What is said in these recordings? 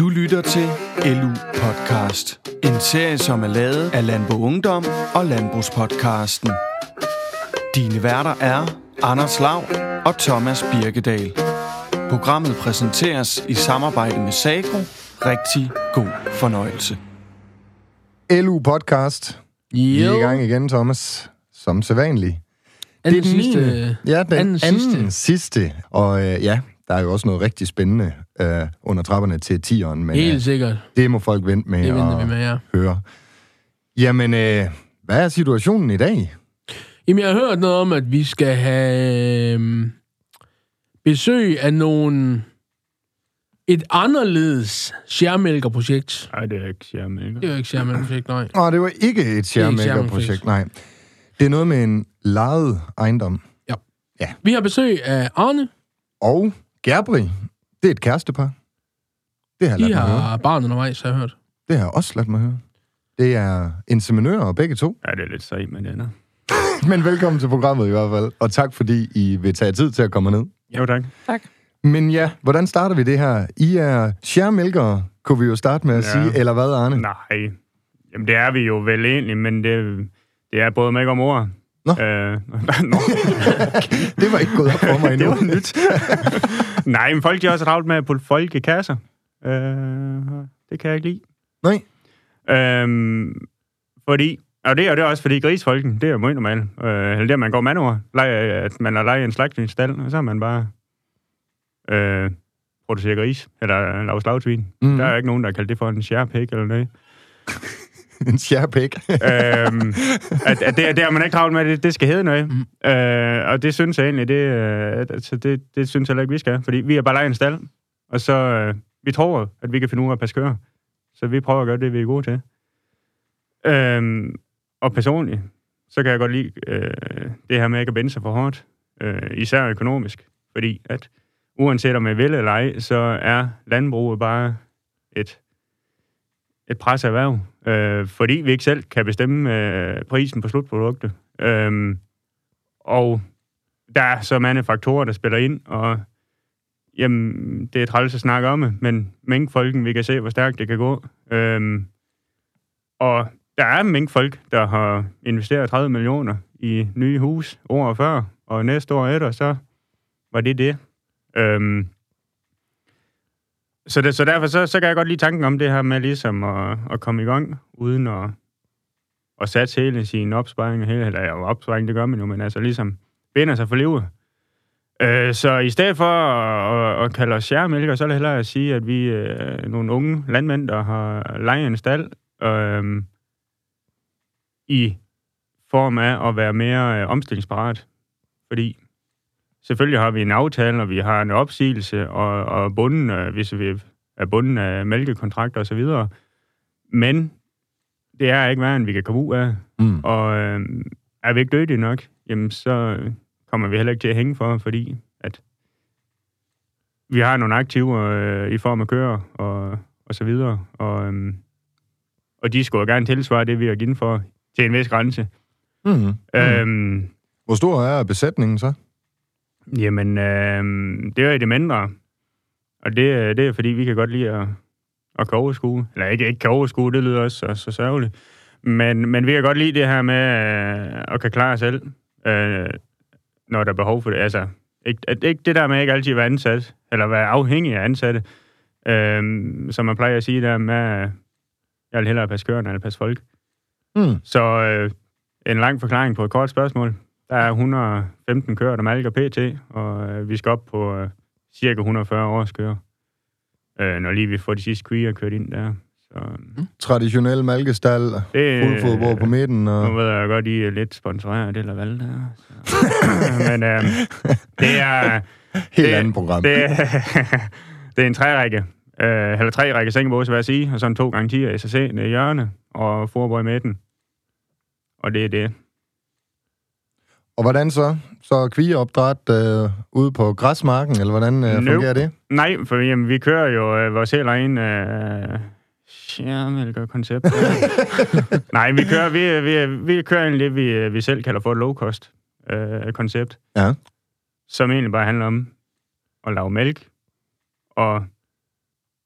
Du lytter til LU Podcast. En serie, som er lavet af Landbrug Ungdom og Landbrugspodcasten. Dine værter er Anders Lav og Thomas Birkedal. Programmet præsenteres i samarbejde med Sagro. Rigtig god fornøjelse. LU Podcast. Vi er i gang igen, Thomas. Som sædvanligt. Det er den sidste. Ja, den anden sidste. Og der er jo også noget rigtig spændende under trapperne til 10'eren. Men, helt sikkert. Det må folk vente med at høre. Jamen, hvad er situationen i dag? Jamen, jeg har hørt noget om, at vi skal have besøg af et anderledes skærmælkerprojekt. Nej, det er ikke skærmælker. Det er ikke skærmælkerprojekt, nej. Nå, det var ikke et skærmælkerprojekt, nej. Det er noget med en lejet ejendom. Ja. Vi har besøg af Arne. Og Gerbri. Det er et kærestepar. Det har De har barn undervejs, har jeg hørt. Det har jeg også ladt mig høre. Det er inseminører begge to. Ja, det er lidt sejt med den her. Men velkommen til programmet i hvert fald. Og tak fordi I vil tage tid til at komme ned. Jo, tak. Tak. Men ja, hvordan starter vi det her? I er skærmælkere, kunne vi jo starte med at sige, eller hvad, Arne? Nej, jamen det er vi jo vel egentlig, men det er både mig og mor. Nå. Nå. Det var ikke gået op for mig endnu. Det var nyt. Nej, men folk de er også travlt med at putte folk i kasser. Det kan jeg ikke lide. Nej. Fordi, og det er også fordi grisfolken, det er jo meget normalt. Eller det, man går mand at man har lejet en slagtningsstald, og så har man bare produceret gris, eller lavet slagsvin. Mm. Der er ikke nogen, der kalder det for en skærpæk eller noget. En skærpæk. Det er man ikke travlt med, det skal hedde noget. Og det synes jeg egentlig, det synes jeg ikke, vi skal. Fordi vi er bare lejet en stald, og så vi tror, at vi kan finde ud af at passe køer. Så vi prøver at gøre det, vi er gode til. Og personligt, så kan jeg godt lide det her med ikke at binde sig for hårdt. Især økonomisk. Fordi at uanset om jeg vil eller ej, så er landbruget bare et presserhverv. Fordi vi ikke selv kan bestemme prisen på slutproduktet. Og der er så mange faktorer, der spiller ind, og jamen, det er træls at snakke om det, men minkfolken, vi kan se, hvor stærkt det kan gå. Og der er minkfolk, der har investeret 30 millioner i nye hus året før, og næste år efter, så var det. Så derfor så kan jeg godt lide tanken om det her med ligesom at komme i gang, uden at satse hele sin opsparing, eller opsparing, det gør man jo, men altså ligesom binder sig for livet. Så i stedet for at kalde os skærmælker, så er det hellere at sige, at vi er nogle unge landmænd, der har lejet en stald, i form af at være mere omstillingsparat. Fordi selvfølgelig har vi en aftale, og vi har en opsigelse, og bunden, hvis vi er bunden af mælkekontrakter og så videre. Men det er ikke værre, end vi kan komme ud af. Og er vi ikke dødige nok, jamen så kommer vi heller ikke til at hænge for, fordi at vi har nogle aktiver i form af køer og så videre. Og de skulle gerne tilsvare det, vi har givet for til en vis grænse. Hvor stor er besætningen så? Jamen, det er det mindre. Og det er fordi, vi kan godt lide at kan overskue. Eller ikke kan overskue, det lyder også så sørgeligt. Men vi kan godt lide det her med at kan klare os selv, når der er behov for det. Altså, ikke det der med ikke altid være ansat, eller være afhængig af ansatte, som man plejer at sige der med, jeg vil hellere passe køerne, eller passe folk. Så en lang forklaring på et kort spørgsmål. Der er 115 køer, der malker pt, og vi skal op på cirka 140 års køer, når lige vi får de sidste kvier kørt ind der. Så, traditionel malkestal, fuldfodbold på midten. Og nu ved jeg godt, I er lidt sponsoreret, eller hvad der. Men det er helt andet program. Det er en trærække, eller 3 række sengebås, hvad jeg sige, og sådan 2 gange 10 SSC nede i hjørne, og forbold i midten. Og det er det. Og hvordan så? Så kvigeopdræt ude på græsmarken, eller hvordan fungerer det? Nej, for jamen, vi kører jo vores helt egen skærmælkerkoncept. Nej, vi kører egentlig det, vi selv kalder for et low-cost koncept. Ja. Som egentlig bare handler om at lave mælk, og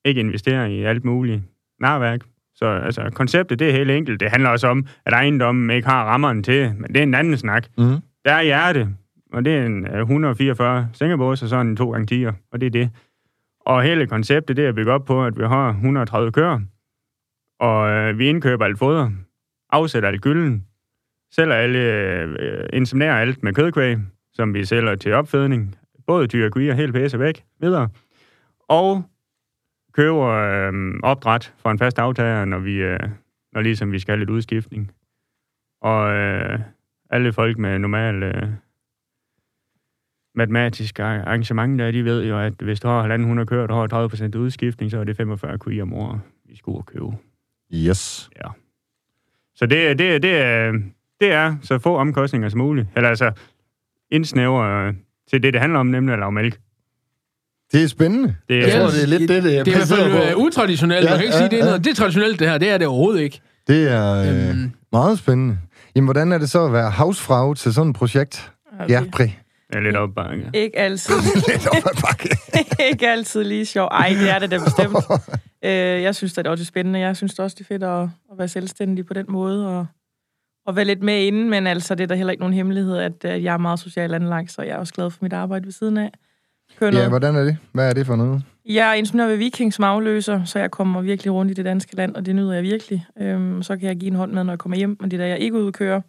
ikke investere i alt muligt narværk. Så altså, konceptet, det er helt enkelt. Det handler også om, at ejendommen ikke har rammerne til, men det er en anden snak. Mm. Der er hjerte, og det er en 144 sengebås, og sådan en 2x10'er, og det er det. Og hele konceptet, det er bygget op på, at vi har 130 køer, og vi indkøber alt foder, afsætter alt gylden, sælger alle, inseminerer alt med kødkvæg, som vi sælger til opfedning, både dyr og kvier, helt pæse væk, videre. Og køber opdræt for en fast aftager, når ligesom vi skal have lidt udskiftning. Og alle folk med normal matematisk arrangement der, de ved jo, at hvis du har 1.500 køer, du har 30% udskiftning, så er det 45 kvier om året, vi skal ud og købe. Yes. Ja. Så det er så få omkostninger som muligt. Eller altså indsnævre til det handler om, nemlig at lave mælk. Det er spændende. Jeg tror, det er lidt det er i hvert fald utraditionelt. Man kan ikke sige, det er noget. Det er traditionelt, det her. Det er det overhovedet ikke. Det er meget spændende. Jamen, hvordan er det så at være havsfrau til sådan et projekt? Okay. Ja, Pri. Det er lidt opbakke. Ikke altid. Lidt opbakke. Ikke altid lige sjov. Ej, det er det da bestemt. Jeg synes, det er også spændende. Jeg synes det også, det er fedt at være selvstændig på den måde, og være lidt med inden, men altså, det er der heller ikke nogen hemmelighed, at jeg er meget socialt anlagt, så jeg er også glad for mit arbejde ved siden af. Ja, hvordan er det? Hvad er det for noget? Jeg er ingeniør ved Viking som afløser, så jeg kommer virkelig rundt i det danske land, og det nyder jeg virkelig. Så kan jeg give en hånd med, når jeg kommer hjem, og det er der, jeg ikke udkører.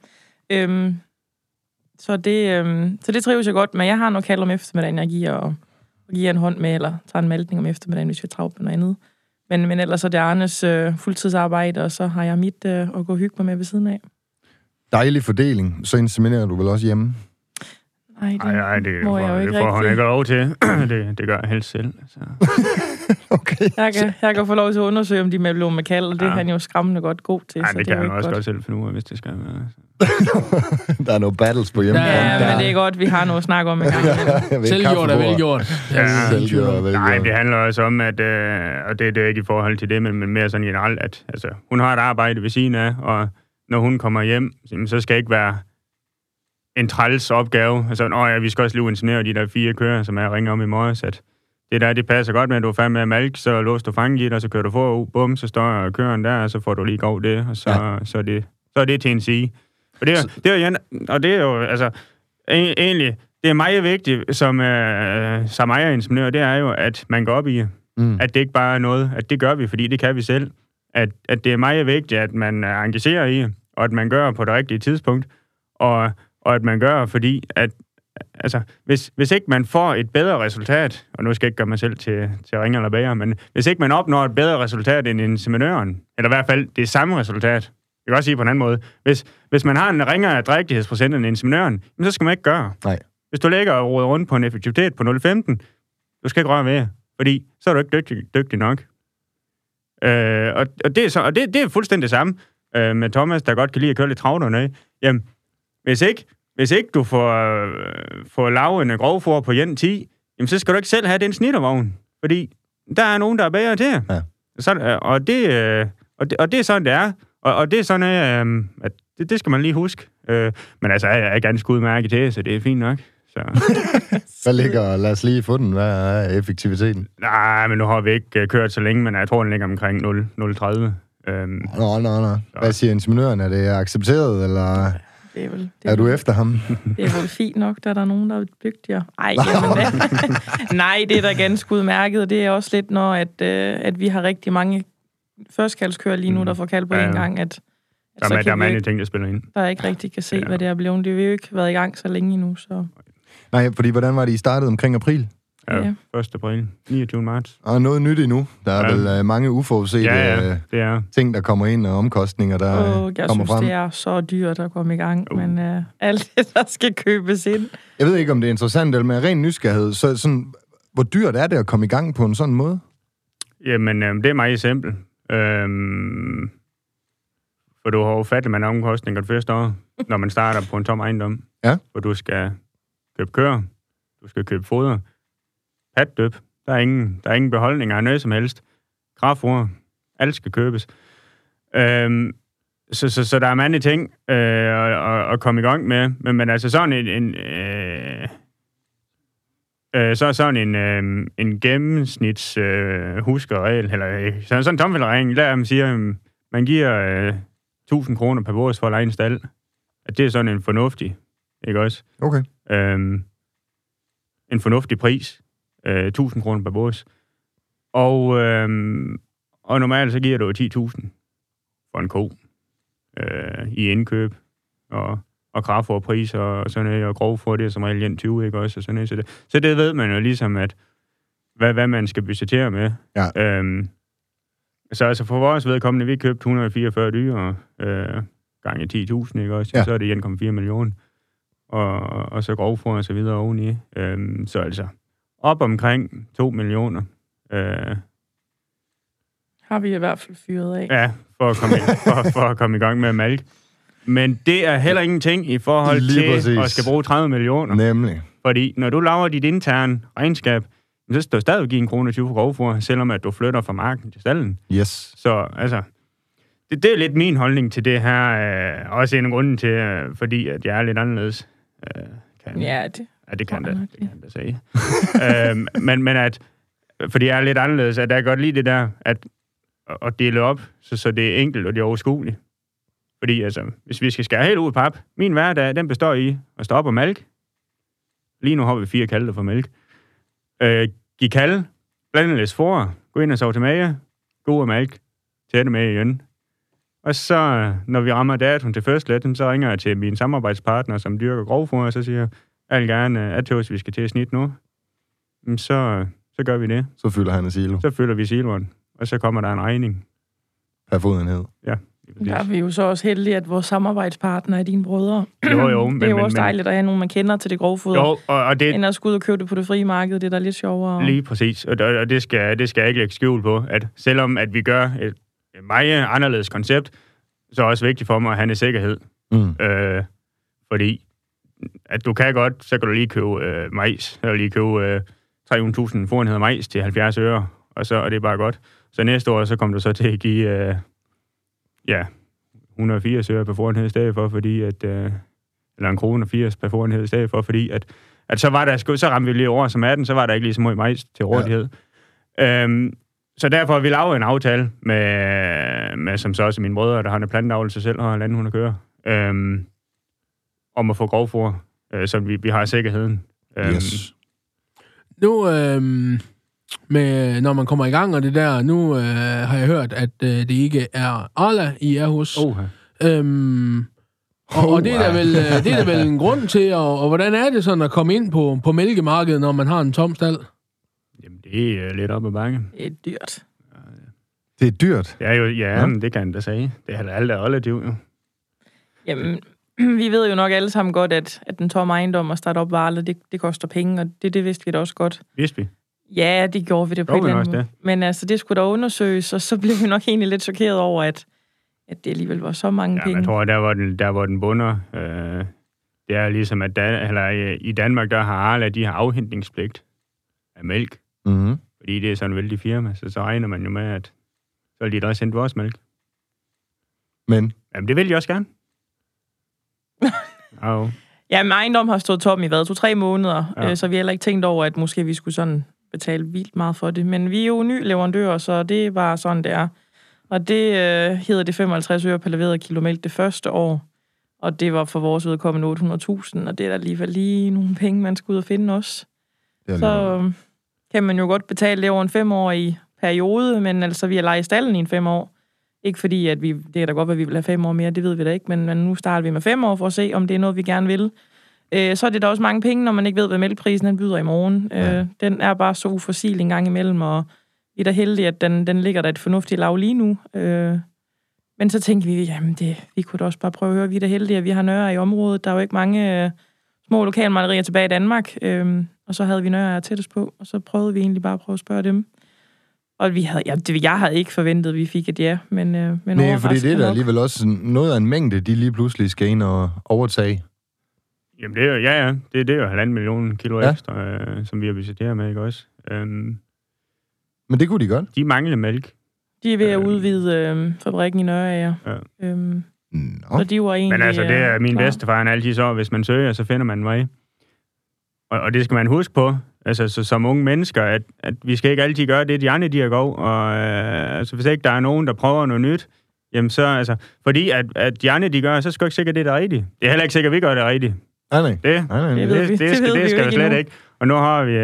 Så det trives jeg godt med. Jeg har nok kaldt om eftermiddagen, jeg giver en hånd med, eller tager en maltning om eftermiddagen, hvis vi er travlt med noget andet. Men ellers er det Arnes fuldtidsarbejde, og så har jeg mit at gå og hygge mig med ved siden af. Dejlig fordeling. Så inseminerer du vel også hjemme? Nej, det må jeg jo ikke rigtig. Det får hun ikke lov til. det gør jeg helst selv. Så. Okay. Jeg kan få lov til at undersøge, om de er blevet med kald, og det er han jo skræmmende godt til. Ja, det kan han også godt selv finde ud af, hvis det skal være. Der er nogle battles på hjemmefront. Ja, men det er godt, vi har noget at snakke om en gang. Selvgjort og velgjort. Selvgjort og velgjort. Nej, det handler også om, at, og det er ikke i forhold til det, men mere sådan generelt, at altså, hun har et arbejde ved siden af, og når hun kommer hjem, så skal ikke være en træls opgave. Altså, vi skal også lige inscenere de der 4 køer, som jeg ringer om i morges, at det passer godt med, at du er færdig med at mælke, så låser du fanget, og så kører du for, bum, så står køren der, og så får du lige gov det, og så er det til en sige. Og det er jo, altså, egentlig, det er meget vigtigt, som ejeringeniør, det er jo, at man går op i, at det ikke bare er noget, at det gør vi, fordi det kan vi selv. At det er meget vigtigt, at man er engageret i, og at man gør på det rigtige tidspunkt, og at man gør, fordi at altså, hvis ikke man får et bedre resultat, og nu skal jeg ikke gøre mig selv til ringer eller bager, men hvis ikke man opnår et bedre resultat end inseminøren, eller i hvert fald det samme resultat, jeg kan også sige på en anden måde, hvis man har en ringere drægtighedsprocent end inseminøren, så skal man ikke gøre. Nej. Hvis du lægger og roder rundt på en effektivitet på 0,15, du skal ikke røre ved, fordi så er du ikke dygtig nok. Og det er fuldstændig det samme med Thomas, der godt kan lide at køre lidt travlerne. Jamen, hvis ikke du får lavet en grovfor på jen 10, jamen, så skal du ikke selv have den snittervogn, fordi der er nogen, der er bedre til. Ja. Og det er sådan, det er. Og det er sådan, at det skal man lige huske. Men altså, jeg er ganske udmærket til, så det er fint nok. Så. Hvad ligger, lad os lige få den, hvad er effektiviteten? Nej, men nu har vi ikke kørt så længe, men jeg tror, den ligger omkring 0,30. Nå. Hvad siger inseminøren? Er det accepteret, eller er du efter ham? Det er vel fint nok, da der er nogen, der er dygtigere. Nej, nej, det er da ganske udmærket. Det er også lidt, når at vi har rigtig mange førstkaldskører lige nu, der får kald på en gang, at der er mange ting, der spiller ind. Der ikke rigtig kan se, hvad det er blevet. Det har jo ikke været i gang så længe endnu, så. Nej, fordi hvordan var det, I startede omkring april? Ja, 1. april, 29. marts. Og noget nyt endnu. Der er vel mange uforudsete ting, der kommer ind, og omkostninger, der kommer frem. Jeg synes, det er så dyrt at komme i gang, men alt det, der skal købes ind. Jeg ved ikke, om det er interessant, eller med ren nysgerrighed. Så sådan, hvor dyrt er det at komme i gang på en sådan måde? Jamen, det er meget simpelt. For du har jo fattet med omkostninger det første år, når man starter på en tom ejendom. Ja. For du skal købe køer, du skal købe foder, patdøb, der er ingen beholdninger af noget som helst. Kraftfoder, alt skal købes. Så der er mange ting at komme i gang med. Men altså sådan Så er sådan en gennemsnits huskeregel, eller sådan en tommelregel, der man siger, man giver 1.000 kroner per bås for at leje en stald. At det er sådan en fornuftig, ikke også? Okay. En fornuftig pris. 1.000 kroner per bås. Og normalt så giver du 10.000 for en ko i indkøb. Og kraftforpriser og sådan noget, og grovfor, det er som regel 20, ikke også? Og sådan noget. Så det ved man jo ligesom, at hvad man skal budgettere med. Ja. Så altså for vores vedkommende, vi købte 144 dyr gange 10.000, ikke også? Ja. Så er det 1,4 millioner. Og så grovfor og så videre oveni. Så altså op omkring 2 millioner. Har vi i hvert fald fyret af. Ja, for at komme i gang med at malke. Men det er heller ingenting i forhold Lige til præcis. at skal bruge 30 millioner. Nemlig. Fordi når du laver dit interne regnskab, så skal du stadig give 1,20 kroner for grovfor, selvom at du flytter fra marken til stallen. Yes. Så altså, det er lidt min holdning til det her. Også en af grunden til, fordi at jeg er lidt anderledes. Det kan da sige. men at, fordi jeg er lidt anderledes, at jeg godt lide det der, at dele op, så det er enkelt og det er overskueligt. Fordi altså, hvis vi skal skære helt ud i pap, min hverdag, den består i at stå op og mælke. Lige nu har vi 4 kalve for mælk. Giv kalve, blande lidt for, gå ind og sove til mage, gå ud og mælke, tætte med igen. Og så, når vi rammer datoen til fødslen, så ringer jeg til min samarbejdspartner, som dyrker grovfor, og så siger jeg vil gerne, at vi skal til at snitte nu. Så gør vi det. Så fylder han en silo. Så fylder vi siloen, og så kommer der en regning. Per fodenhed. Ja. Der er vi jo så også heldige, at vores samarbejdspartner er dine brødre. Jo. Det er jo også dejligt at have nogen, man kender til det grovfoder. Jo, og det... End at skulle ud og købe det på det frie marked, det er da lidt sjovere. Lige præcis, og det skal jeg ikke lægge skjul på, at selvom at vi gør et meget anderledes koncept, så er det også vigtigt for mig at have en sikkerhed. Fordi at du kan godt, så kan du lige købe majs, eller lige købe 300.000 forenheder majs til 70 øre, og så er det bare godt. Så næste år, så kommer du så til at give 180 øre per forenhed i stedet for, fordi at, eller 1,80 kroner per forenhed i stedet for, fordi at så var der så ramte vi lige over som 18, så var der ikke lige så meget majs til rådighed. Ja. Så derfor har vi lavet en aftale med som så også mine brødre, der har en planteavl sig selv og har landhund at køre, om at få grovfor, så vi har sikkerheden. Yes. Nu, når man kommer i gang og det der, nu har jeg hørt, at det ikke er Arla, I er hos. Og det er der vel en grund til, og hvordan er det sådan at komme ind på mælkemarkedet, når man har en tom stald? Jamen, det er lidt op ad bakke. Det er dyrt. Det er dyrt? Det er jo, men det kan jeg da sige. Det er da alt relativt, jo. Jamen, vi ved jo nok alle sammen godt, at den tomme ejendom og starte op Arla, det koster penge, og det vidste vi da også godt. Vidste vi? Ja, det gjorde vi det på et eller andet måde. Men altså, det skulle da undersøges, og så blev vi nok egentlig lidt chokeret over, at det alligevel var så mange penge. Jeg tror, der hvor den bunder, det er ligesom, at i Danmark, der har Arla, de har afhentningspligt af mælk. Mm-hmm. Fordi det er sådan en vældig firma, så regner man jo med, at så vil de da også hente vores mælk. Men? Jamen, det vil de også gerne. Ja, men ejendom har stået tom i 2-3 måneder, så vi har heller ikke tænkt over, at måske vi skulle sådan betale vildt meget for det. Men vi er jo ny leverandør, så det var sådan, det er. Og det hedder det 55 øre per leveret kilo mælk det første år. Og det var for vores udkommende 800.000, og det er da alligevel lige nogle penge, man skal ud og finde også. Så kan man jo godt betale det over en 5-årig periode, men altså vi har lejet stallen i en 5 år. Ikke fordi, at det er da godt, at vi vil have 5 år mere, det ved vi da ikke, men nu starter vi med 5 år for at se, om det er noget, vi gerne vil. Så er det da også mange penge, når man ikke ved, hvad mælkeprisen den byder i morgen. Den er bare så ufossil en gang imellem, og vi er da heldige, at den ligger der et fornuftigt lav lige nu. Men så tænkte vi, jamen vi kunne da også bare prøve at høre, vi er da heldige, at vi har Nørre i området. Der er jo ikke mange små lokalmalerier tilbage i Danmark, og så havde vi Nørre tættest på, og så prøvede vi egentlig bare at prøve at spørge dem. Og jeg havde ikke forventet, at vi fik et ja, men nej, fordi det er da alligevel også noget af en mængde, de lige pludselig skal ind og overtage. Jamen, det er jo, det er jo 1,5 million kilo ekstra, som vi har visiteret med, ikke også? Men det kunne de godt. De mangler mælk. De er ved at udvide fabrikken i Nørre, så de var egentlig... Men altså, det er min bedstefar, han altid så, hvis man søger, så finder man vej. Og det skal man huske på. altså, så som unge mennesker, at vi skal ikke altid gøre det, de andre de har gået, og altså, hvis ikke der er nogen, der prøver noget nyt, jamen så, altså, fordi at de andre de gør, så skal ikke sikkert det, der er rigtigt. Det er heller ikke sikkert, at vi gør det rigtigt. Nej. Det skal vi slet ikke. Og nu har vi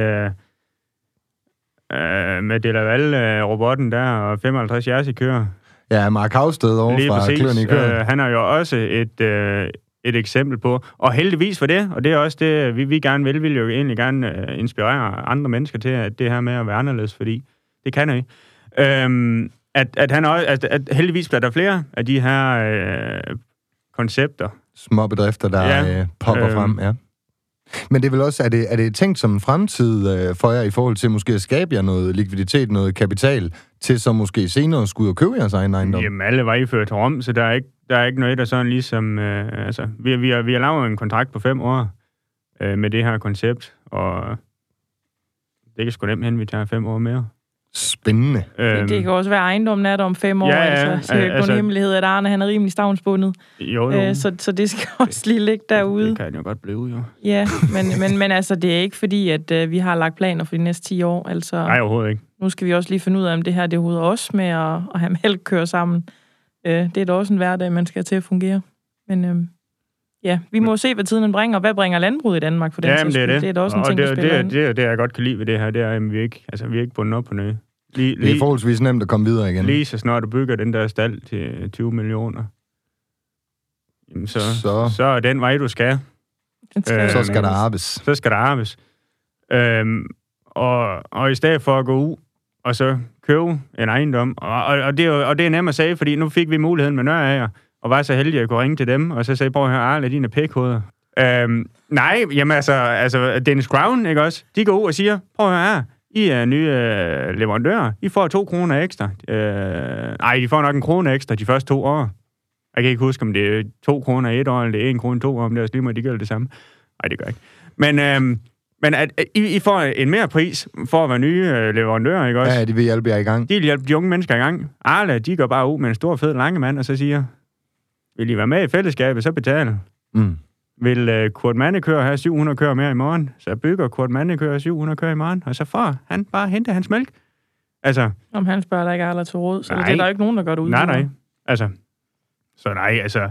med Delaval-robotten der, og 55 jeres i kører. Ja, Mark Havsted over fra Kløerne i kører. Han er jo også et eksempel på, og heldigvis for det, og det er også det, vi gerne vil. Vi vil jo egentlig gerne inspirere andre mennesker til, at det her med at være anderledes, fordi det kan vi. At han også, at heldigvis bliver der flere af de her koncepter. Små bedrifter, der popper frem, ja. Men det er vel også, er det tænkt som en fremtid for jer i forhold til måske at skabe jer noget likviditet, noget kapital, til så måske senere skulle ud og købe jeres egen ejendom? Jamen, alle var iført til Rom, så der er ikke noget, der sådan ligesom... altså, vi har lavet en kontrakt på 5 år med det her koncept, og det kan sgu nemt hen, vi tager 5 år mere. Spændende. Det kan også være ejendommen er der om 5 år, så det er kun hemmelighed, at Arne han er rimelig stavnsbundet. Jo. Så det skal også lige ligge derude. Det kan jo godt blive, jo. Ja, men altså, det er ikke fordi, at vi har lagt planer for de næste 10 år. Altså, nej, overhovedet ikke. Nu skal vi også lige finde ud af, om det her det overhovedet også med at have mælk køre sammen. Det er da også en hverdag, man skal til at fungere. Men vi må se, hvad tiden bringer, og hvad bringer landbruget i Danmark for den sags skyld. Det er da også en ting, der spiller ind. Det jeg godt kan lide ved det her, det er, at vi er ikke bundet op på noget. Det er forholdsvis nemt at komme videre igen. Lige så snart du bygger den der stald til 20 millioner, jamen så er den vej, du skal. Så skal der arbejdes. Så skal der arbejdes. Og i stedet for at gå ud og så købe en ejendom, og det er nemt at sige, fordi nu fik vi muligheden med Nørager, og var så heldig at kunne ringe til dem, og så sagde, prøv at høre, Arle, dine pækhoveder. Nej, jamen altså Dennis Crown, ikke også? De går ud og siger, prøv at høre, I er nye leverandører. I får 2 kroner ekstra. De får nok 1 krone ekstra de første 2 år. Jeg kan ikke huske, om det er 2 kroner 1 år, eller det er 1 krone 2 år, om det er også lige meget, de gør det samme. Nej, det gør ikke. Men at I får en mere pris for at være nye leverandører, ikke også? Ja, de vil hjælpe jer i gang. De vil hjælpe de unge mennesker i gang. Arla, de går bare ud med en stor, fed lange mand, og så siger, vil I være med i fællesskabet, så betale. Vil Kurt Mandekør have 700 køer mere i morgen, så bygger Kurt Mandekør 700 køer i morgen, og så får han bare hente hans mælk. Altså... Om han spørger der ikke Arla til råd, så det er der ikke nogen, der gør det ud. Nej. Altså... Så nej, altså...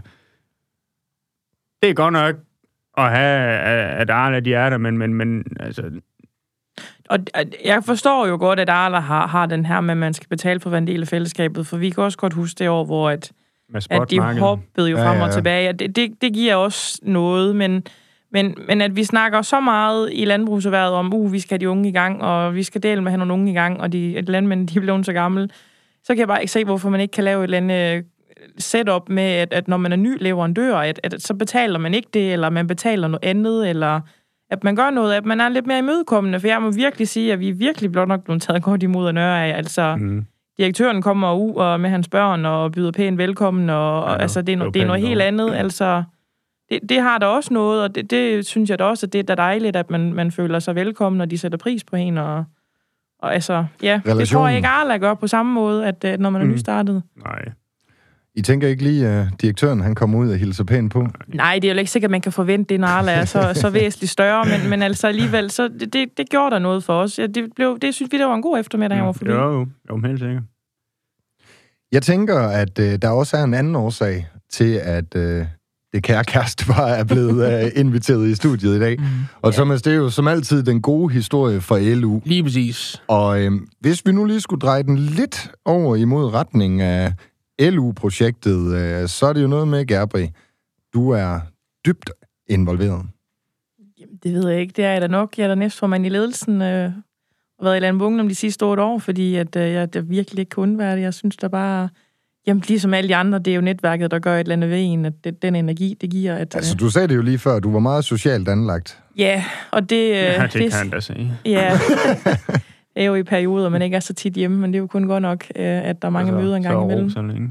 Det er godt nok at have, at Arla, de er der, men altså... Og jeg forstår jo godt, at Arla har den her med, at man skal betale for at være en del af fællesskabet, for vi kan også godt huske det år, hvor at de hoppede jo frem og tilbage. Det giver også noget, men at vi snakker så meget i landbrugserhvervet om, vi skal have de unge i gang, og vi skal dele med at have nogle unge i gang, og at landmænd, de er blevet så gamle, så kan jeg bare ikke se, hvorfor man ikke kan lave et eller andet setup med, at når man er ny leverandør, at så betaler man ikke det, eller man betaler noget andet, eller at man gør noget, at man er lidt mere imødekommende, for jeg må virkelig sige, at vi er virkelig blot nok blevet taget godt imod af Nørager. Altså, direktøren kommer ud og med hans børn og byder pænt velkommen, og altså, det er noget helt andet. Altså, det har der også noget, og det synes jeg da også, at det er dejligt, at man føler sig velkommen, og de sætter pris på en, og altså, ja, det tror jeg ikke Arla gør på samme måde, at når man er nystartet. Nej. I tænker ikke lige, at direktøren han kommer ud og hilser pænt på? Nej, det er jo ikke sikkert, at man kan forvente, det når Arla er så væsentligt større, men altså alligevel, så det gjorde der noget for os. Ja, det synes vi, det var en god eftermiddag, han var forbi. Jo, helt sikkert. Jeg tænker, at der også er en anden årsag til, at det kære kærestepar er blevet inviteret i studiet i dag. Og Thomas, det er jo som altid den gode historie fra LU. Lige præcis. Og hvis vi nu lige skulle dreje den lidt over imod retning af LU-projektet, så er det jo noget med, Gerbri. Du er dybt involveret. Jamen, det ved jeg ikke. Det er jeg da nok. Jeg er da næstformand i ledelsen og været i Landbrug Ungdom de sidste 8 år, fordi at, jeg virkelig ikke kunne undvære det. Jeg synes der bare... Jamen, ligesom alle de andre, det er jo netværket, der gør et eller andet ved en, at den energi, det giver... At, altså, du sagde det jo lige før, du var meget socialt anlagt. Ja, og det... det kan han da sige. Ja, det er jo i perioder, man ikke er så tit hjemme, men det er jo kun godt nok, at der er mange møder en gang imellem. Så længe.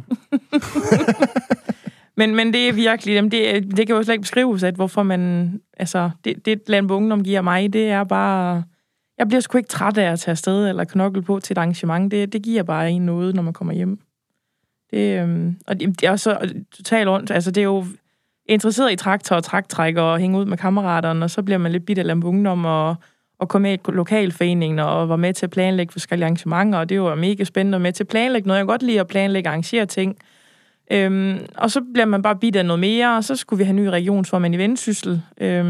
men det er virkelig... Det kan jo slet ikke beskrives, at hvorfor man... Altså, det Landbrug Ungdom giver mig, det er bare... Jeg bliver sgu ikke træt af at tage afsted eller knokle på til et arrangement. Det giver bare en noget, når man kommer hjem. Og det er også totalt rundt. Altså, det er jo interesseret i traktor og træktræk og hænge ud med kammeraterne, og så bliver man lidt bidt af Landbrug Ungdom og og kom med i lokalforeningen og var med til at planlægge forskellige arrangementer, og det var mega spændende med til at planlægge noget. Jeg kan godt lide at planlægge og arrangere ting. Og så bliver man bare bidt af noget mere, og så skulle vi have ny regionsformand i Vendsyssel.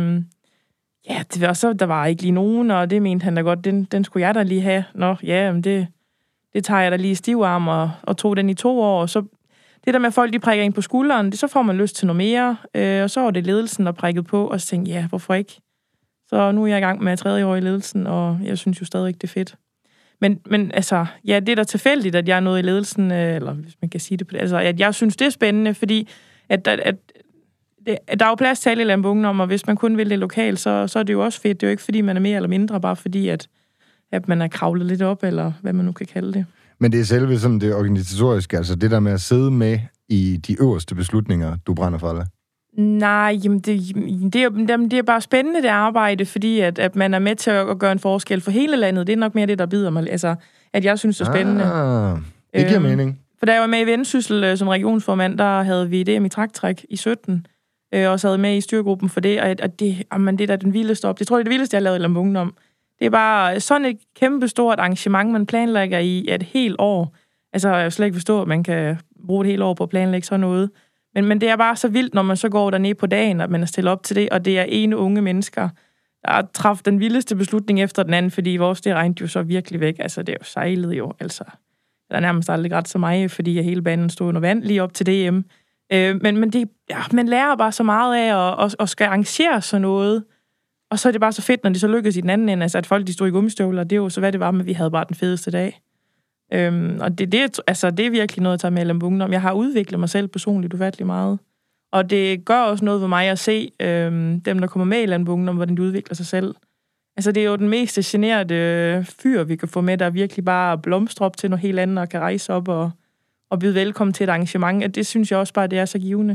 Ja, det var så, der var ikke lige nogen, og det mente han da godt, den skulle jeg da lige have. Nå, ja, men det tager jeg da lige i stivarm og tog den i 2 år, og så det der med, at folk de prikker ind på skulderen, så får man lyst til noget mere, og så var det ledelsen, der prikkede på, og så tænkte ja, hvorfor ikke? Så nu er jeg i gang med 3. år i ledelsen, og jeg synes jo stadig ikke, det er fedt. Men altså, ja, det er da tilfældigt, at jeg er nået i ledelsen, eller hvis man kan sige det på det, altså, at jeg synes, det er spændende, fordi at der er jo plads til alle i Landbo Ungdom, og hvis man kun vil det lokalt, så er det jo også fedt. Det er jo ikke, fordi man er mere eller mindre, bare fordi, at man er kravlet lidt op, eller hvad man nu kan kalde det. Men det er selve sådan det organisatoriske, altså det der med at sidde med i de øverste beslutninger, du brænder for, eller? Nej, jamen det er bare spændende, det arbejde, fordi at man er med til at gøre en forskel for hele landet. Det er nok mere det, der bider mig. Altså, at jeg synes, det er spændende. Det giver mening. For da jeg var med i Vendsyssel som regionsformand, der havde vi DM i træktræk i 17, og sad med i styrgruppen for det, og det er da den vildeste op. Jeg tror, det er det vildeste, jeg har lavet i Landbo Ungdom. Det er bare sådan et kæmpe stort arrangement, man planlægger i et helt år. Altså, jeg har slet ikke forstå, at man kan bruge et helt år på at planlægge sådan noget. Men det er bare så vildt, når man så går dernede på dagen, at man er stillet op til det, og det er ene unge mennesker, der har træffet den vildeste beslutning efter den anden, fordi vores, det regnede jo så virkelig væk. Altså, det er jo sejlet jo, altså. Der er nærmest aldrig ret så mig, fordi hele banen stod under vand lige op til DM. Men det, ja, man lærer bare så meget af at skal arrangere sådan noget. Og så er det bare så fedt, når det så lykkes i den anden ende, altså at folk de stod i gummistøvler, det er jo så, hvad det var, men vi havde bare den fedeste dag. Og det er virkelig noget at tage med i Landbo Ungdom. Jeg har udviklet mig selv personligt ufattelig meget. Og det gør også noget for mig at se dem, der kommer med i Landbo Ungdom, hvordan de udvikler sig selv. Altså, det er jo den mest generede fyr, vi kan få med, der virkelig bare blomstrer op til noget helt andet og kan rejse op og byde velkommen til et arrangement. Det synes jeg også bare, det er så givende.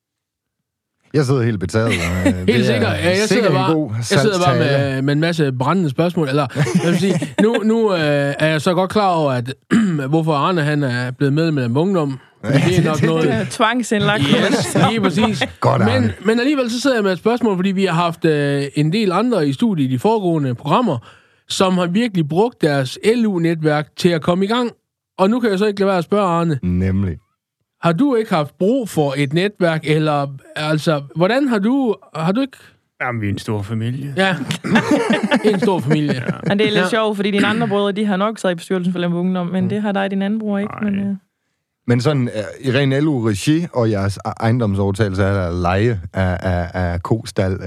Jeg sidder helt betaget. Helt sikkert. Ja, jeg sidder bare med en masse brændende spørgsmål. Eller, jeg vil sige, nu er jeg så godt klar over, at hvorfor Arne han er blevet med Landbo Ungdom. Det er nok noget tvangsindlagt. Yes, lige præcis. Men alligevel så sidder jeg med et spørgsmål, fordi vi har haft en del andre i studiet i de foregående programmer, som har virkelig brugt deres LU-netværk til at komme i gang. Og nu kan jeg så ikke lade være at spørge Arne. Nemlig. Har du ikke haft brug for et netværk, eller altså, hvordan har du ikke... Jamen, vi er en stor familie. Ja, en stor familie. Ja. Og det er lidt sjovt, fordi dine andre brødre, de har nok siddet i bestyrelsen for Landbo Ungdom, men det har dig din anden bror ikke. Men sådan, i ren LU-regi og jeres ejendomsovertagelse eller leje af kostal,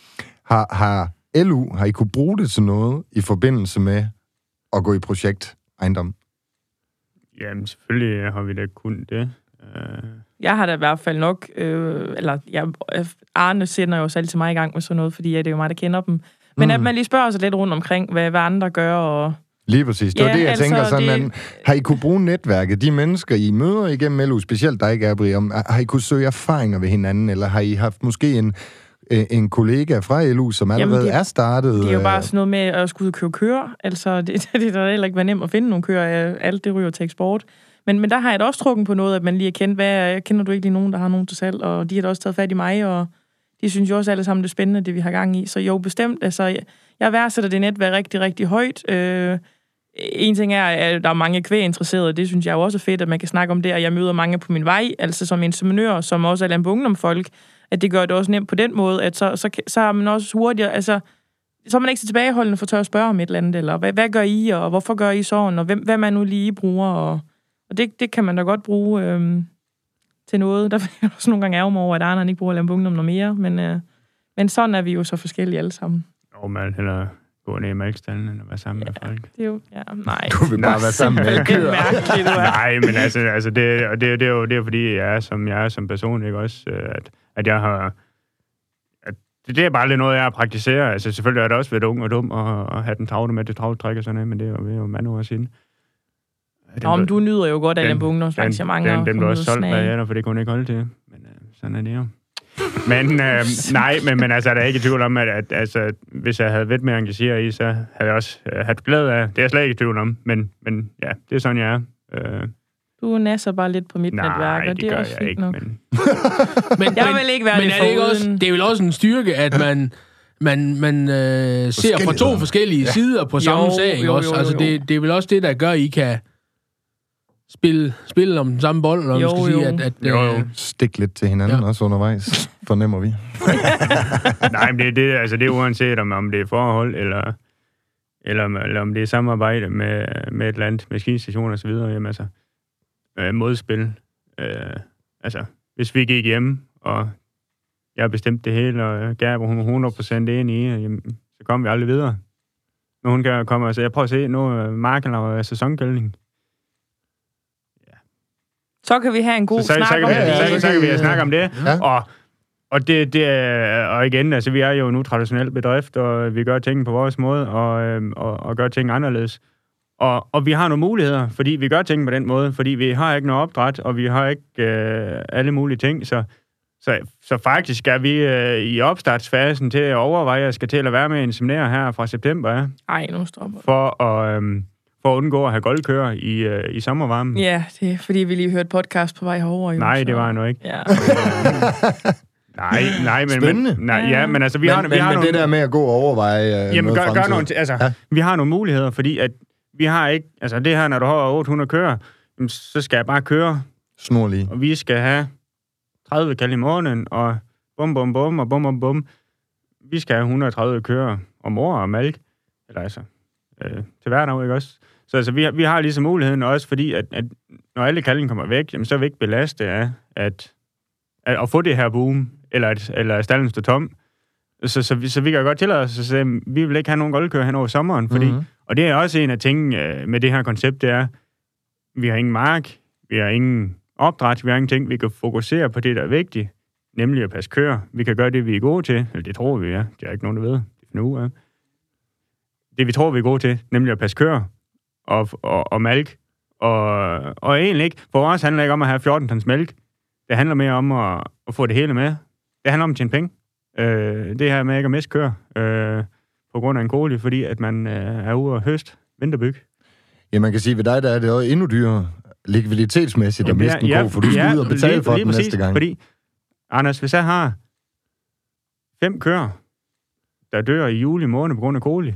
har I kunne bruge det til noget i forbindelse med at gå i projekt ejendom? Jamen, selvfølgelig har vi da kun det. Jeg har da i hvert fald nok, Arne sender jo selv til mig i gang med sådan noget, fordi det er jo mig, der kender dem. Men at man lige spørger sig lidt rundt omkring, hvad andre gør, og... Lige præcis. Det var det, jeg tænker sådan, har I kunne bruge netværket, de mennesker, I møder igennem LU, specielt dig, Gabriel, har I kunne søge erfaringer ved hinanden, eller har I haft måske en kollega fra LU, som allerede er startet? Det er jo bare sådan noget med at skulle købe køer. Altså, det der heller ikke var nemt at finde nogle køer. Alt det ryger til eksport. Men der har jeg da også trukken på noget, at man lige har kendt, kender du ikke lige nogen, der har nogen til salg, og de har da også taget fat i mig, og de synes jo også alle sammen, det er spændende, det vi har gang i. Så jo, bestemt, altså, jeg værdsætter det netværk rigtig, rigtig højt. En ting er, at der er mange kvæginteresserede, det synes jeg jo også er fedt, at man kan snakke om det, og jeg møder mange på min vej, altså som inseminør, som også er Landbo Ungdom-folk, at det gør det også nemt på den måde, at så er man også hurtigere, altså, så er man ikke så tilbageholdende for at spørge om et eller andet, eller hvad gør I, og hvorfor gør I sådan, og hvad man nu lige bruger, og det kan man da godt bruge til noget. Der vil jeg også nogle gange ærge mig over, at Arne ikke bruger Landbo Ungdom noget mere, men sådan er vi jo så forskellige alle sammen. Og man heller gå ned i mælkestallen og være sammen med folk. Det er jo, nej. Du vil bare være sammen med køer. Nej, men altså det er jo fordi, jeg er, som jeg er som person, ikke også? At jeg har... Det er bare lidt noget, jeg har praktiseret. Altså selvfølgelig har det også været ung og dum at have den travle med det travletræk og sådan noget, men det er jo mange år siden. Men du nyder jo godt af Landbo Ungdoms arrangementer. Den blev også solgt bag, for det kunne hun ikke holde til. Men sådan er det jo. Men nej, men altså, er der ikke i tvivl om, at altså, hvis jeg havde været mere engageret i, så havde jeg også haft glæde af. Det er jeg slet ikke i tvivl om, men ja, det er sådan, jeg er. Du nasser bare lidt på mit netværk, og det er også fint nok. Men jeg vil ikke være det foruden. Det er vel også en styrke, at man ser fra to forskellige sider på samme sag også. Altså, det er vel også det, der gør, at I kan spille om den samme bold, eller man skal sige, at stik lidt til hinanden også undervejs, fornemmer vi. Nej, men det er uanset om det er forhold, eller om det er samarbejde med et land, maskinstation og så videre, jamen altså, modspil. Altså, hvis vi gik hjem, og jeg har bestemt det hele, og Gerber, hun er 100% enig i, jamen, så kommer vi aldrig videre. Når hun kommer og siger, jeg prøver at se, nu Marken laver sæsonkældning. Så kan vi have en god snak om det. Så kan vi snakke om det. Ja. Og igen, altså vi er jo nu traditionel bedrift, og vi gør ting på vores måde, og gør ting anderledes. Og vi har nogle muligheder, fordi vi gør ting på den måde, fordi vi har ikke noget opdræt, og vi har ikke alle mulige ting, så faktisk er vi i opstartsfasen til at overveje, at jeg skal til at være med en seminar her fra september. Ja. Ej, nu stopper for at undgå at have goldkører i sommervarmen. Ja, det er fordi, vi lige hørte podcast på vej herover. Nej, det var jeg nu ikke. Ja. Nej, men altså, vi har nogle... det der med at gå og overveje jamen, gør noget, altså, vi har nogle muligheder, fordi at vi har ikke... Altså, det her, når du har 800 kører, så skal jeg bare køre. Snorlige. Og vi skal have 30 kald i måneden, og bum. Vi skal have 130 kører om året og malk. Eller altså... til hverdag, ikke også? Så altså, vi har ligesom muligheden også, fordi at når alle kalden kommer væk, jamen, så er vi ikke belastet af at få det her boom, eller stallen står tom. Så vi kan godt tillade os, at vi vil ikke have nogen goldkører hen over sommeren, fordi, og det er også en af tingene med det her koncept, det er, vi har ingen mark, vi har ingen opdræt, vi har ingenting, vi kan fokusere på det, der er vigtigt, nemlig at passe køer. Vi kan gøre det, vi er gode til, eller det tror vi er, det er ikke nogen, der ved, det finder ud af. Det, vi tror, vi er gode til, nemlig at passe køer og mælk. Og egentlig ikke. For os handler det ikke om at have 14 tons mælk. Det handler mere om at få det hele med. Det handler om at tjene penge. Det her med ikke at miste køer på grund af en koli, fordi at man er ude og høst vinterbyg. Ja, man kan sige, ved dig der er det også endnu dyrere likviditetsmæssigt at miste en ko, for du skal ud og betale for den næste gang. Fordi, Anders, hvis jeg har 5 køer, der dør i juli måned på grund af koli,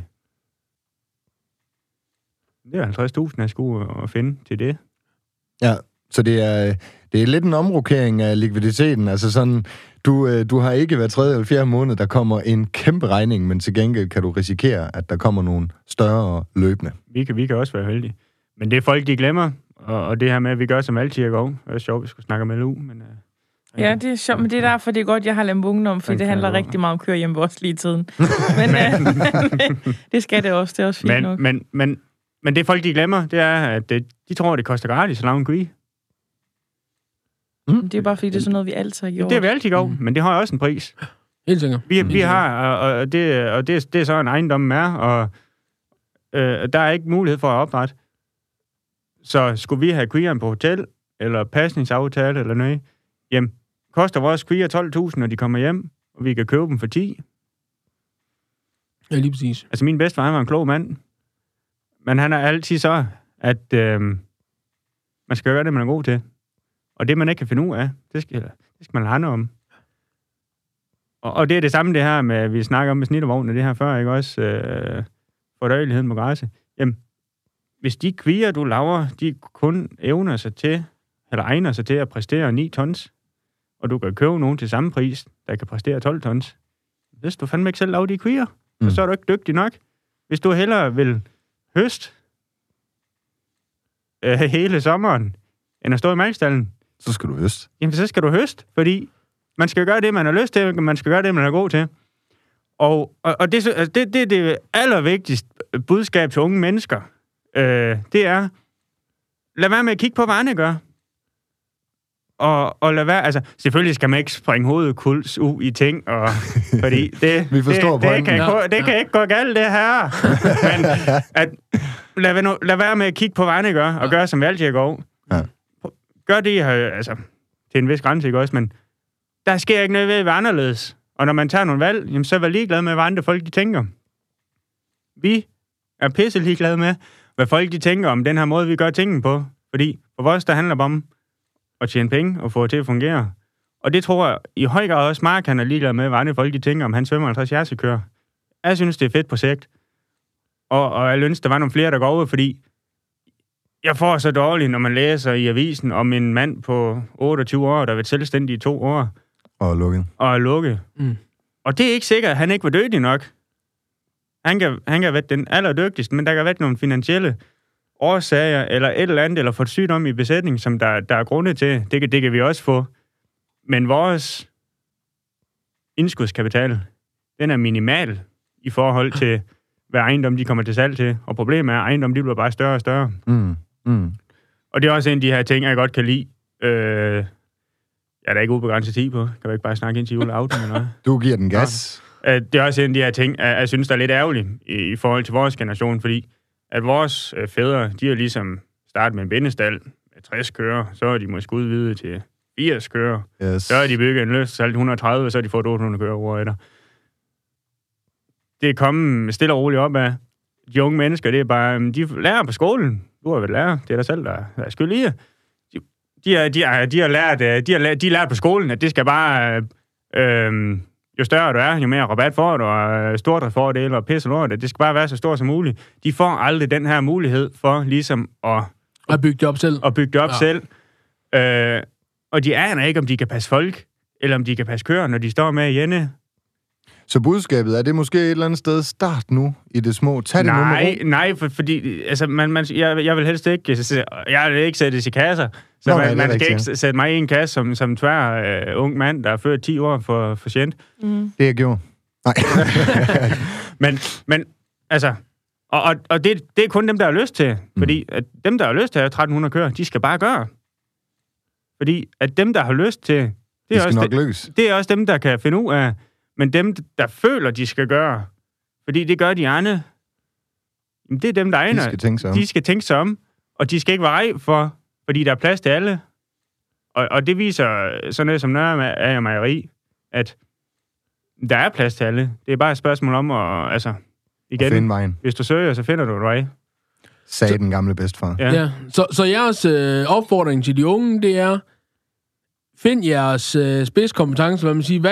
det er 50.000, jeg skulle finde til det. Ja, så det er lidt en omrokering af likviditeten. Altså sådan, du har ikke hver 3. eller 4. måned, der kommer en kæmpe regning, men til gengæld kan du risikere, at der kommer nogle større løbende. Vi kan også være heldige. Men det er folk, de glemmer, og det her med, at vi gør som altid i går. Det er sjovt, vi skulle snakke om LU, men... Ja, det er sjovt, men det er derfor, det er godt, jeg har Lambo Ungdom, for det handler rigtig meget om køre hjemme også lige i tiden. Men det skal det også, det er også fint nok. Men det folk, de glemmer, det er, at de tror, det koster gratis at lave en kvi. Det er bare fordi, det er sådan noget, vi altid har gjort. Det har vi altid gjort, men det har også en pris. Helt sikkert. Vi har, og det er så en ejendommen er, og der er ikke mulighed for at opdrætte. Så skulle vi have kvierne på hotel, eller pasningsaftale, eller noget, jamen, koster vores kvier 12.000, når de kommer hjem, og vi kan købe dem for 10. Ja, lige præcis. Altså, min bedstefar, han var en klog mand. Men han er altid så, at man skal gøre det, man er god til. Og det, man ikke kan finde ud af, det skal man handle om. Og det er det samme, det her med, vi snakker om med snittervognen, det her før, ikke også? Fordøjeligheden på græsset. Jamen, hvis de kvier, du laver, de kun egner sig til at præstere 9 tons, og du kan købe nogen til samme pris, der kan præstere 12 tons, hvis du fandme ikke selv laver de kvier, så er du ikke dygtig nok. Hvis du hellere vil høst hele sommeren, end at stå i mælkstallen, så skal du høste. Jamen, så skal du høste, fordi man skal gøre det, man har lyst til, man skal gøre det, man er god til. Og det er det allervigtigste budskab til unge mennesker. Det er, lad være med at kigge på, hvad andre gør. Og lad være, altså, selvfølgelig skal man ikke springe hovedet kuls ud i ting, og, fordi det, vi forstår det kan ikke gå galt, det her. Men at, lad være med at kigge på, hvad andre gør, og gøre, som vi altid går. Ja. Gør det, altså, til en vis grænse, ikke også, men der sker ikke noget ved at være anderledes. Og når man tager nogle valg, jamen, så er vi ligeglade med, hvad andre folk de tænker. Vi er pisse ligeglade med, hvad folk de tænker om den her måde, vi gør tingene på. Fordi for os, der handler om at tjene penge og få det til at fungere. Og det tror jeg i høj grad også, Mark han er ligeglad med, hvad andre folk de tænker om hans 55 jersekører. jeg synes, det er et fedt projekt. Og jeg ønsker, der var nogle flere, der går ud, fordi jeg får så dårligt, når man læser i avisen om en mand på 28 år, der har været selvstændig i 2 år. Og er lukket. Mm. Og det er ikke sikkert, at han ikke var dygtig nok. Han kan have været den allerdygtigste, men der kan have været nogle finansielle årsager, eller et eller andet, eller fået sygdom i besætning, som der er grunde til. Det kan vi også få. Men vores indskudskapital, den er minimal i forhold til, hvad ejendom de kommer til salg til. Og problemet er, at ejendom de bliver bare større og større. Og det er også en af de her ting, jeg godt kan lide. Jeg er da ikke ubegrænset tid på. Kan vi ikke bare snakke ind til juleauto eller noget? Du giver den gas. Det er også en af de her ting, jeg synes, der er lidt ærgerligt i forhold til vores generation, fordi at vores fædre, de er ligesom startet med en bindestal med 60 kører, så er de måske udvidet til 80 kører. Yes. Så er de bygget en løs, så 130, så er de fået 800 kører over etter. Det er kommet stille og roligt op af de unge mennesker, det er bare, de lærer på skolen. Du har været lærer, det er dig selv, der er skyld i det. De har lært på skolen, at det skal bare, jo større du er, jo mere rabat får du, og stort fordele og pisse lort, det skal bare være så stort som muligt. De får aldrig den her mulighed for ligesom at bygge det op selv. Og bygge det op selv. Og de aner ikke, om de kan passe folk, eller om de kan passe køer, når de står med i ende. Så budskabet, er det måske et eller andet sted start nu i det små? Tag det Nej, fordi altså, jeg vil helst ikke, jeg vil ikke sættes i kasser. Så man skal ikke sætte mig i en kasse som tvær ung mand, der er født 10 år for sjent. Det jeg gjorde. Nej. men altså, og det er kun dem, der har lyst til. Fordi at dem, der har lyst til at have 1300 kører, de skal bare gøre. Fordi at dem, der har lyst til, det er også dem, der kan finde ud af. Men dem, der føler, de skal gøre, fordi det gør de andre, det er dem, der egner. De skal tænke sig om, og de skal ikke være rej for, fordi der er plads til alle. Og det viser sådan noget som Nørre Mejeri, at der er plads til alle. Det er bare et spørgsmål om at finde vejen. Hvis du søger, så finder du vej. Sagde den gamle bedstefar. Ja. Så jeres opfordring til de unge, det er, find jeres spidskompetence, hvad man siger.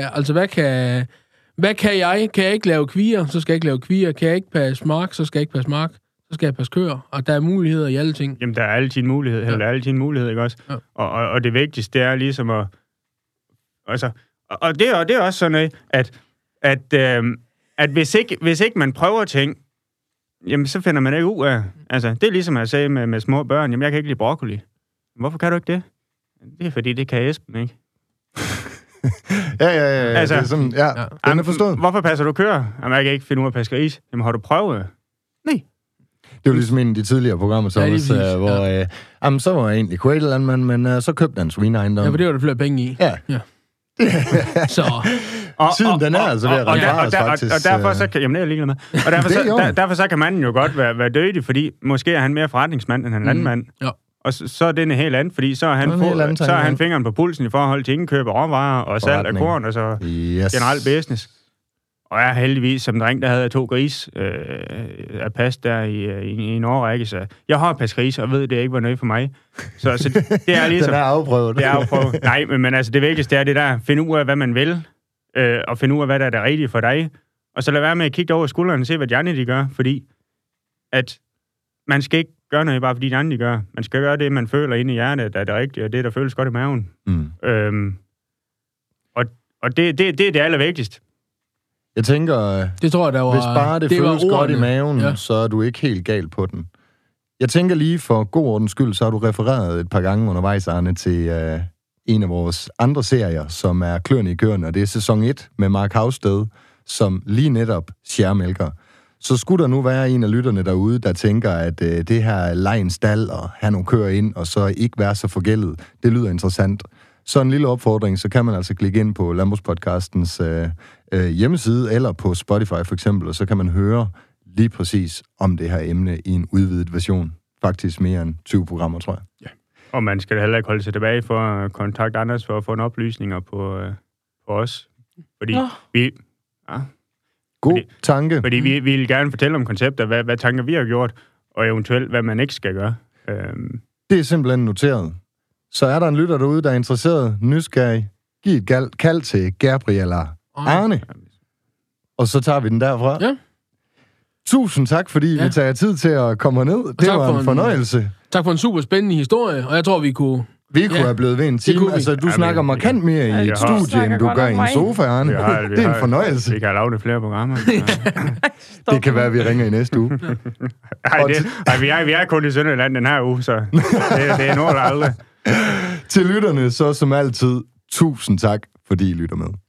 Hvad kan jeg? Kan jeg ikke lave kvier, så skal jeg ikke lave kvier. Kan jeg ikke passe mark, så skal jeg ikke passe mark. Så skal jeg passe køer. Og der er muligheder i alle ting. Jamen, der er altid en mulighed. Ja. Der er altid en mulighed, ikke også? Ja. Og det vigtigste, det er ligesom at... Altså, og det er også sådan noget, at hvis ikke man prøver ting, jamen, så finder man ikke ud af... Altså, det er ligesom at sige med små børn, jamen, jeg kan ikke lide broccoli. Hvorfor kan du ikke det? Det er fordi, det kan Esben, ikke? ja. Altså, det er sådan, den er forstået. Hvorfor passer du køer? Jamen, jeg kan ikke finde ud af at passe gris. Jamen, har du prøvet? Nej. Det var ligesom en af de tidligere programmer, så så var jeg egentlig kvælelandmand, men så købte han svineejendom. Ja, for det var der flere penge i. Ja. Så... Tiden, den er altså ved at rende faktisk. Og derfor så kan... Jamen, det er jeg ligeglad med. Og derfor så kan manden jo godt være dødig, fordi måske er han mere forretningsmand, end han landmand. Ja. Og så er det en helt anden, fordi så har han fingeren på pulsen i forhold til indkøb af råvarer og salg af korn, og så generelt business. Og jeg er heldigvis som dreng, der havde 2 gris at passe der i en årrække, så jeg har passet gris, og ved, det ikke var noget for mig. Så det er ligesom... Den er afprøvet. Det er afprøvet. Nej, men altså det vigtigste er det der, finde ud af, hvad man vil, og finde ud af, hvad der er det rigtige for dig. Og så lad være med at kigge over skulderen og se, hvad de andre de gør, fordi at man skal ikke gøre noget, bare fordi de andre de gør. Man skal gøre det, man føler inde i hjertet, der er det rigtige, og det, der føles godt i maven. Og det er det allervigtigste. Jeg tænker, det tror jeg, hvis bare det føles godt i maven, så er du ikke helt galt på den. Jeg tænker lige for god ordens skyld, så har du refereret et par gange undervejs, Arne, til en af vores andre serier, som er Kløerne i køerne, og det er sæson 1 med Mark Havsted, som lige netop skærmælker. Så skulle der nu være en af lytterne derude, der tænker, at det her lejen stald og have nogle køer ind, og så ikke være så forgældet, det lyder interessant. Så en lille opfordring, så kan man altså klikke ind på Landbrugspodcastens hjemmeside, eller på Spotify for eksempel, og så kan man høre lige præcis om det her emne i en udvidet version. Faktisk mere end 20 programmer, tror jeg. Ja. Og man skal heller ikke holde sig tilbage for at kontakte Anders for at få en oplysninger på os. Fordi vi... Ja. God tanke. Fordi vi vil gerne fortælle om koncepter, hvad tanker vi har gjort, og eventuelt, hvad man ikke skal gøre. Det er simpelthen noteret. Så er der en lytter derude, der er interesseret, nysgerrig, giv et kald til Gabriel eller Arne. og så tager vi den derfra. Ja. Tusind tak, fordi vi tager tid til at komme ned. Det var en fornøjelse. Tak for en super spændende historie, og jeg tror, vi kunne have blevet ved en time. Altså, du snakker markant mere i et studie, end du gør i en sofa, Arne. Det er en fornøjelse. Vi kan have lavet det flere programmer. Det kan være, at vi ringer i næste uge. Vi er kun i Sønderjylland den her uge, så det er noget, der aldrig. Til lytterne, så som altid, tusind tak, fordi I lytter med.